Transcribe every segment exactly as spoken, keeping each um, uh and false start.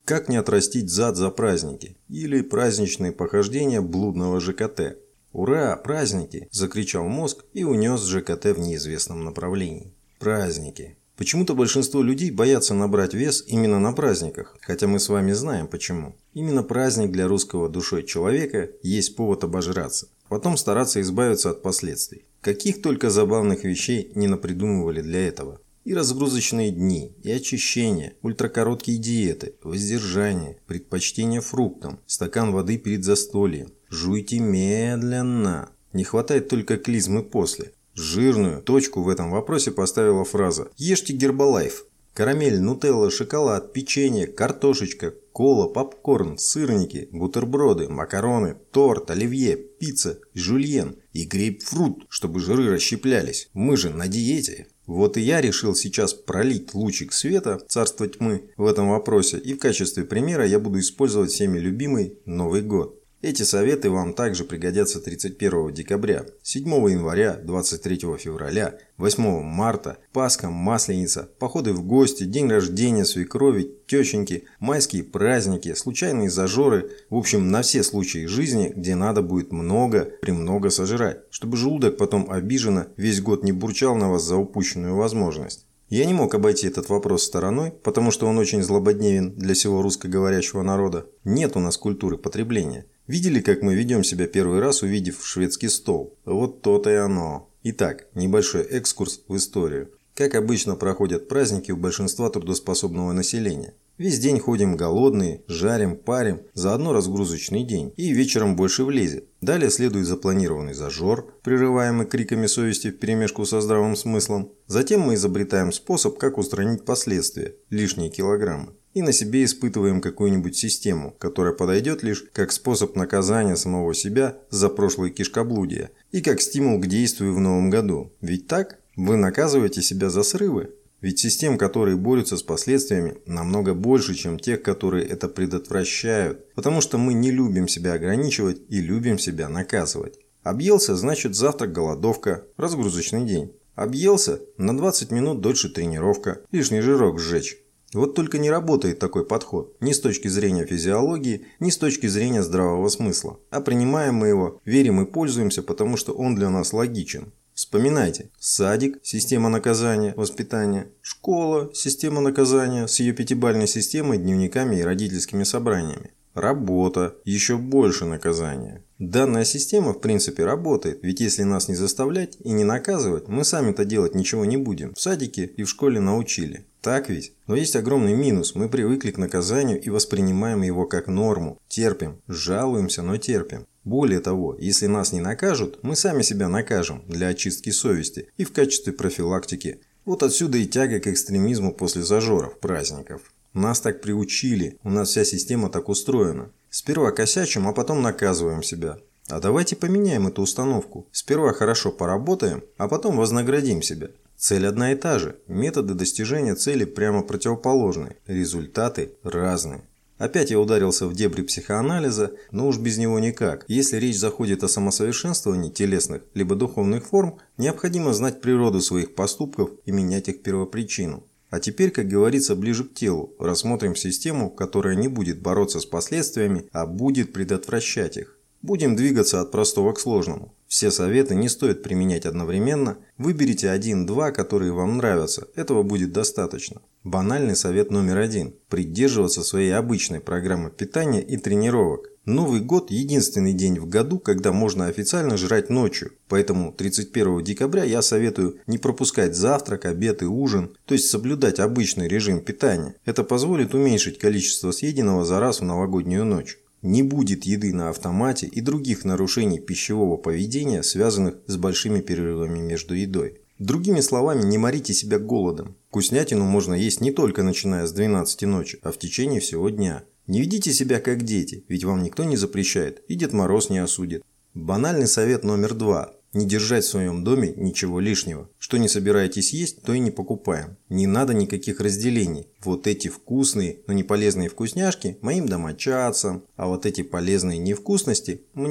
Как не отрастить зад за праздники? Или праздничные похождения блудного ЖКТ? «Ура! Праздники!» – закричал мозг и унес ЖКТ в неизвестном направлении. Праздники. Почему-то большинство людей боятся набрать вес именно на праздниках, хотя мы с вами знаем почему. Именно праздник для русского душой человека есть повод обожраться. Потом стараться избавиться от последствий. Каких только забавных вещей не напридумывали для этого. И разгрузочные дни, и очищение, ультракороткие диеты, воздержание, предпочтение фруктам, стакан воды перед застольем. Жуйте медленно. Не хватает только клизмы после. Жирную точку в этом вопросе поставила фраза «Ешьте Гербалайф». Карамель, нутелла, шоколад, печенье, картошечка, кола, попкорн, сырники, бутерброды, макароны, торт, оливье, пицца, жульен и грейпфрут, чтобы жиры расщеплялись. Мы же на диете. Вот и я решил сейчас пролить лучик света, царство тьмы, в этом вопросе, и в качестве примера я буду использовать всеми любимый Новый год. Эти советы вам также пригодятся тридцать первого декабря, седьмого января, двадцать третьего февраля, восьмого марта, Пасха, Масленица, походы в гости, день рождения свекрови, тещеньки, майские праздники, случайные зажоры, в общем, на все случаи жизни, где надо будет много, премного сожрать, чтобы желудок потом обиженно весь год не бурчал на вас за упущенную возможность. Я не мог обойти этот вопрос стороной, потому что он очень злободневен для всего русскоговорящего народа. Нет у нас культуры потребления. Видели, как мы ведем себя первый раз, увидев шведский стол? Вот то-то и оно. Итак, небольшой экскурс в историю. Как обычно проходят праздники у большинства трудоспособного населения. Весь день ходим голодные, жарим, парим, заодно разгрузочный день, и вечером больше влезет. Далее следует запланированный зажор, прерываемый криками совести вперемешку со здравым смыслом. Затем мы изобретаем способ, как устранить последствия, лишние килограммы. И на себе испытываем какую-нибудь систему, которая подойдет лишь как способ наказания самого себя за прошлое кишкоблудие и как стимул к действию в новом году. Ведь так? Вы наказываете себя за срывы. Ведь систем, которые борются с последствиями, намного больше, чем тех, которые это предотвращают. Потому что мы не любим себя ограничивать и любим себя наказывать. Объелся, значит завтра голодовка, разгрузочный день. Объелся, на двадцать минут дольше тренировка, лишний жирок сжечь. Вот только не работает такой подход ни с точки зрения физиологии, ни с точки зрения здравого смысла. А принимаем мы его, верим и пользуемся, потому что он для нас логичен. Вспоминайте. Садик – система наказания, воспитания. Школа – система наказания с ее пятибалльной системой, дневниками и родительскими собраниями. Работа – еще больше наказания. Данная система в принципе работает, ведь если нас не заставлять и не наказывать, мы сами-то делать ничего не будем. В садике и в школе научили. Так ведь? Но есть огромный минус. Мы привыкли к наказанию и воспринимаем его как норму. Терпим. Жалуемся, но терпим. Более того, если нас не накажут, мы сами себя накажем для очистки совести и в качестве профилактики. Вот отсюда и тяга к экстремизму после зажоров, праздников. Нас так приучили, у нас вся система так устроена. Сперва косячим, а потом наказываем себя. А давайте поменяем эту установку. Сперва хорошо поработаем, а потом вознаградим себя. Цель одна и та же. Методы достижения цели прямо противоположные. Результаты разные. Опять я ударился в дебри психоанализа, но уж без него никак. Если речь заходит о самосовершенствовании телесных либо духовных форм, необходимо знать природу своих поступков и менять их первопричину. А теперь, как говорится, ближе к телу, рассмотрим систему, которая не будет бороться с последствиями, а будет предотвращать их. Будем двигаться от простого к сложному. Все советы не стоит применять одновременно. Выберите один-два, которые вам нравятся. Этого будет достаточно. Банальный совет номер один. Придерживаться своей обычной программы питания и тренировок. Новый год – единственный день в году, когда можно официально жрать ночью. Поэтому тридцать первого декабря я советую не пропускать завтрак, обед и ужин, то есть соблюдать обычный режим питания. Это позволит уменьшить количество съеденного за раз в новогоднюю ночь. Не будет еды на автомате и других нарушений пищевого поведения, связанных с большими перерывами между едой. Другими словами, не морите себя голодом. Вкуснятину можно есть не только начиная с двенадцати ночи, а в течение всего дня. Не ведите себя как дети, ведь вам никто не запрещает, и Дед Мороз не осудит. Банальный совет номер два. Не держать в своем доме ничего лишнего. Что не собираетесь есть, то и не покупаем. Не надо никаких разделений. Вот эти вкусные, но не полезные вкусняшки моим домочадцам, а вот эти полезные невкусности мне.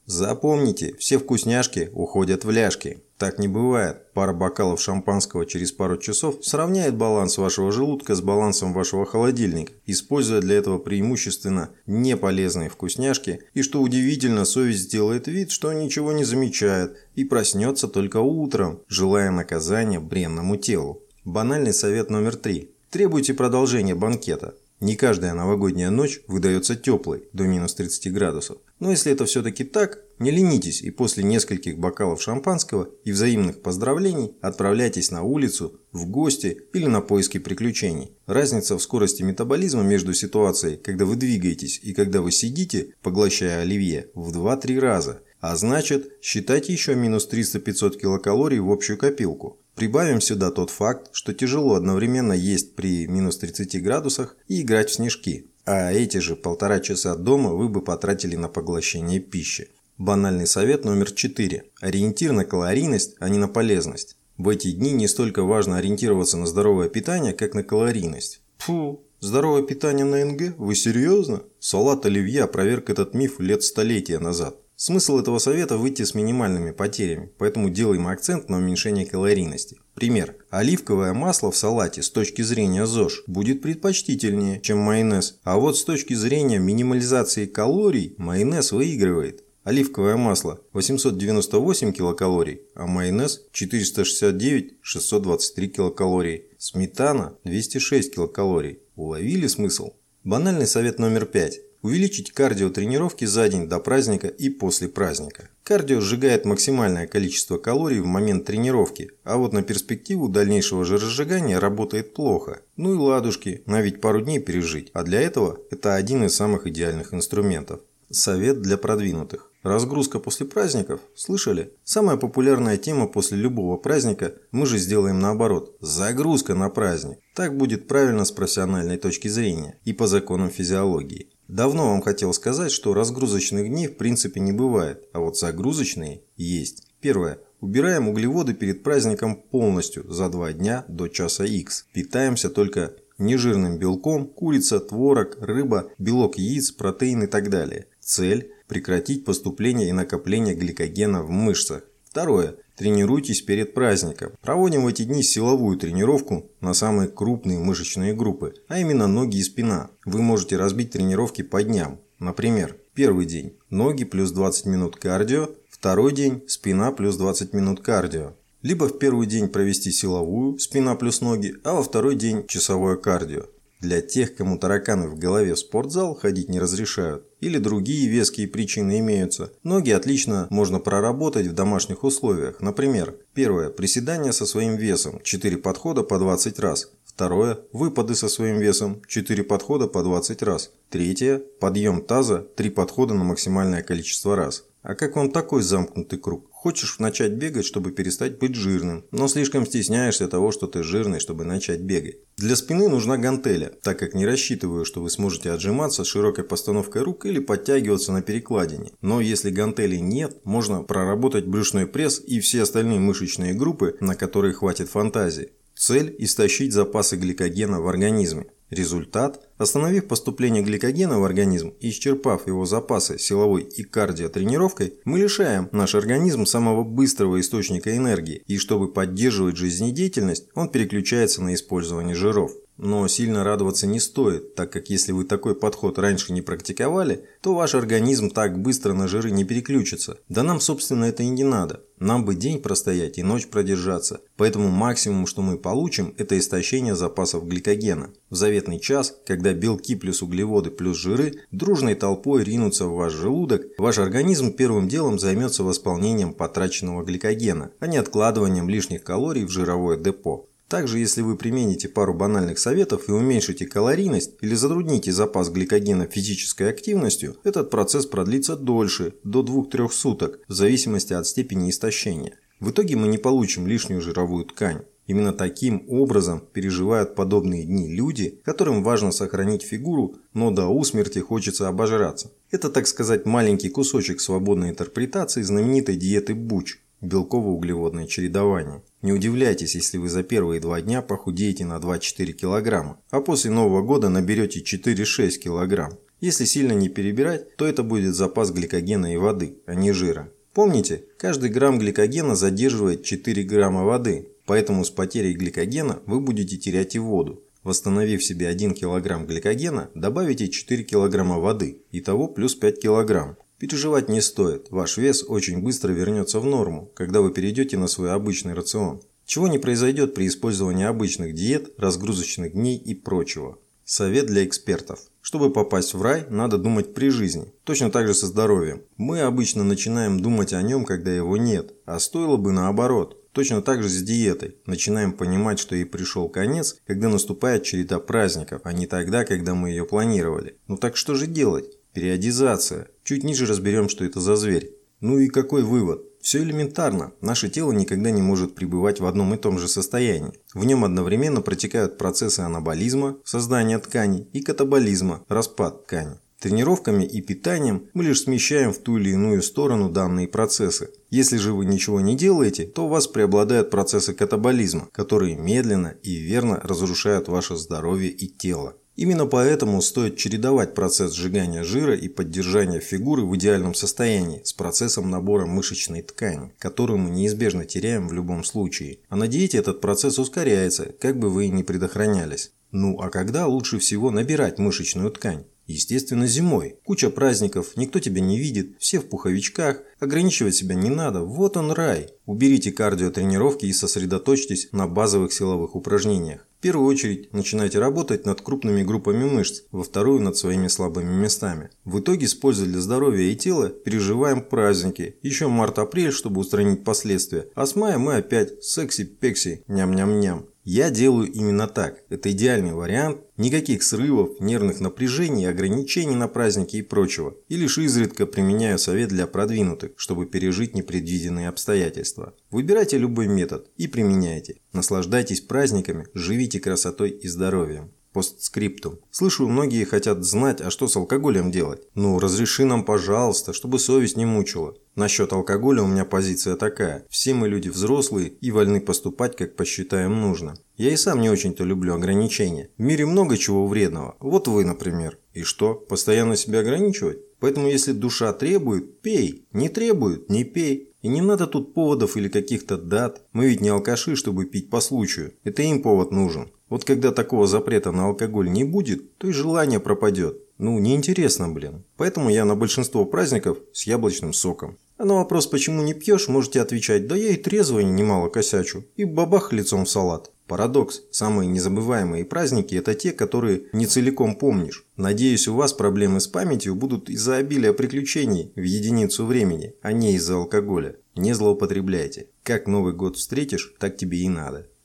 Запомните, все вкусняшки уходят в ляжки. Так не бывает. Пара бокалов шампанского через пару часов сравняет баланс вашего желудка с балансом вашего холодильника, используя для этого преимущественно неполезные вкусняшки, и что удивительно, совесть сделает вид, что ничего не замечает, и проснется только утром, желая наказания бренному телу. Банальный совет номер три. Требуйте продолжения банкета. Не каждая новогодняя ночь выдается теплой, до минус тридцати градусов. Но если это все-таки так, не ленитесь и после нескольких бокалов шампанского и взаимных поздравлений отправляйтесь на улицу, в гости или на поиски приключений. Разница в скорости метаболизма между ситуацией, когда вы двигаетесь, и когда вы сидите, поглощая оливье, в два-три раза. А значит, считайте еще минус триста-пятьсот килокалорий в общую копилку. Прибавим сюда тот факт, что тяжело одновременно есть при минус тридцати градусах и играть в снежки. А эти же полтора часа дома вы бы потратили на поглощение пищи. Банальный совет номер четыре. Ориентир на калорийность, а не на полезность. В эти дни не столько важно ориентироваться на здоровое питание, как на калорийность. Фу, здоровое питание на эн гэ? Вы серьезно? Салат оливье опроверг этот миф лет столетия назад. Смысл этого совета – выйти с минимальными потерями, поэтому делаем акцент на уменьшение калорийности. Пример. Оливковое масло в салате с точки зрения ЗОЖ будет предпочтительнее, чем майонез, а вот с точки зрения минимализации калорий майонез выигрывает. Оливковое масло восемьсот девяносто восемь килокалорий, а майонез четыреста шестьдесят девять — шестьсот двадцать три килокалории. Сметана двести шесть килокалорий. Уловили смысл? Банальный совет номер пять. Увеличить кардиотренировки за день до праздника и после праздника. Кардио сжигает максимальное количество калорий в момент тренировки, а вот на перспективу дальнейшего жиросжигания работает плохо. Ну и ладушки, на ведь пару дней пережить, а для этого это один из самых идеальных инструментов. Совет для продвинутых. Разгрузка после праздников? Слышали? Самая популярная тема после любого праздника, мы же сделаем наоборот. Загрузка на праздник. Так будет правильно с профессиональной точки зрения и по законам физиологии. Давно вам хотел сказать, что разгрузочных дней в принципе не бывает, а вот загрузочные есть. Первое. Убираем углеводы перед праздником полностью за два дня до часа икс. Питаемся только нежирным белком, курица, творог, рыба, белок яиц, протеин и так далее. Цель – прекратить поступление и накопление гликогена в мышцах. Второе. Тренируйтесь перед праздником. Проводим в эти дни силовую тренировку на самые крупные мышечные группы, а именно ноги и спина. Вы можете разбить тренировки по дням. Например, первый день – ноги плюс двадцать минут кардио, второй день – спина плюс двадцать минут кардио. Либо в первый день провести силовую, спина плюс ноги, а во второй день часовое кардио. Для тех, кому тараканы в голове в спортзал ходить не разрешают, или другие веские причины имеются, ноги отлично можно проработать в домашних условиях. Например, первое – приседания со своим весом, четыре подхода по двадцать раз. Второе – выпады со своим весом, четыре подхода по двадцать раз. Третье – подъем таза, три подхода на максимальное количество раз. А как вам такой замкнутый круг? Хочешь начать бегать, чтобы перестать быть жирным, но слишком стесняешься того, что ты жирный, чтобы начать бегать. Для спины нужна гантеля, так как не рассчитываю, что вы сможете отжиматься с широкой постановкой рук или подтягиваться на перекладине. Но если гантелей нет, можно проработать брюшной пресс и все остальные мышечные группы, на которые хватит фантазии. Цель – истощить запасы гликогена в организме. Результат – остановив поступление гликогена в организм и исчерпав его запасы силовой и кардиотренировкой, мы лишаем наш организм самого быстрого источника энергии, и чтобы поддерживать жизнедеятельность, он переключается на использование жиров. Но сильно радоваться не стоит, так как если вы такой подход раньше не практиковали, то ваш организм так быстро на жиры не переключится. Да нам, собственно, это и не надо. Нам бы день простоять и ночь продержаться. Поэтому максимум, что мы получим, это истощение запасов гликогена. В заветный час, когда белки плюс углеводы плюс жиры дружной толпой ринутся в ваш желудок, ваш организм первым делом займется восполнением потраченного гликогена, а не откладыванием лишних калорий в жировое депо. Также, если вы примените пару банальных советов и уменьшите калорийность или затрудните запас гликогена физической активностью, этот процесс продлится дольше, до двух-трёх суток, в зависимости от степени истощения. В итоге мы не получим лишнюю жировую ткань. Именно таким образом переживают подобные дни люди, которым важно сохранить фигуру, но до усмерти хочется обожраться. Это, так сказать, маленький кусочек свободной интерпретации знаменитой диеты Буч. Белково-углеводное чередование. Не удивляйтесь, если вы за первые два дня похудеете на два-четыре килограмма, а после Нового года наберете четыре-шесть килограмм. Если сильно не перебирать, то это будет запас гликогена и воды, а не жира. Помните, каждый грамм гликогена задерживает четыре грамма воды, поэтому с потерей гликогена вы будете терять и воду. Восстановив себе один килограмм гликогена, добавите четыре килограмма воды, итого плюс пять килограмм. Переживать не стоит, ваш вес очень быстро вернется в норму, когда вы перейдете на свой обычный рацион. Чего не произойдет при использовании обычных диет, разгрузочных дней и прочего. Совет для экспертов. Чтобы попасть в рай, надо думать при жизни. Точно так же со здоровьем. Мы обычно начинаем думать о нем, когда его нет, а стоило бы наоборот. Точно так же с диетой. Начинаем понимать, что ей пришел конец, когда наступает череда праздников, а не тогда, когда мы ее планировали. Ну так что же делать? Периодизация. Чуть ниже разберем, что это за зверь. Ну и какой вывод? Все элементарно. Наше тело никогда не может пребывать в одном и том же состоянии. В нем одновременно протекают процессы анаболизма, создания тканей, и катаболизма, распад ткани. Тренировками и питанием мы лишь смещаем в ту или иную сторону данные процессы. Если же вы ничего не делаете, то у вас преобладают процессы катаболизма, которые медленно и верно разрушают ваше здоровье и тело. Именно поэтому стоит чередовать процесс сжигания жира и поддержания фигуры в идеальном состоянии с процессом набора мышечной ткани, которую мы неизбежно теряем в любом случае. А на диете этот процесс ускоряется, как бы вы ни предохранялись. Ну а когда лучше всего набирать мышечную ткань? Естественно, зимой. Куча праздников, никто тебя не видит, все в пуховичках, ограничивать себя не надо, вот он рай. Уберите кардиотренировки и сосредоточьтесь на базовых силовых упражнениях. В первую очередь начинайте работать над крупными группами мышц, во вторую над своими слабыми местами. В итоге с пользой для здоровья и тела переживаем праздники. Еще март-апрель, чтобы устранить последствия, а с мая мы опять секси-пекси, ням-ням-ням. Я делаю именно так. Это идеальный вариант. Никаких срывов, нервных напряжений, ограничений на праздники и прочего. И лишь изредка применяю совет для продвинутых, чтобы пережить непредвиденные обстоятельства. Выбирайте любой метод и применяйте. Наслаждайтесь праздниками, живите красотой и здоровьем. Постскриптум. Слышу, многие хотят знать, а что с алкоголем делать. Ну, разреши нам, пожалуйста, чтобы совесть не мучила. Насчет алкоголя у меня позиция такая. Все мы люди взрослые и вольны поступать, как посчитаем нужно. Я и сам не очень-то люблю ограничения. В мире много чего вредного. Вот вы, например. И что, постоянно себя ограничивать? Поэтому если душа требует, пей. Не требует, не пей. И не надо тут поводов или каких-то дат. Мы ведь не алкаши, чтобы пить по случаю. Это им повод нужен. Вот когда такого запрета на алкоголь не будет, то и желание пропадет. Ну, неинтересно, блин. Поэтому я на большинство праздников с яблочным соком. А на вопрос, почему не пьешь, можете отвечать: да я и трезвый немало косячу. И бабах лицом в салат. Парадокс. Самые незабываемые праздники – это те, которые не целиком помнишь. Надеюсь, у вас проблемы с памятью будут из-за обилия приключений в единицу времени, а не из-за алкоголя. Не злоупотребляйте. Как Новый год встретишь, так тебе и надо.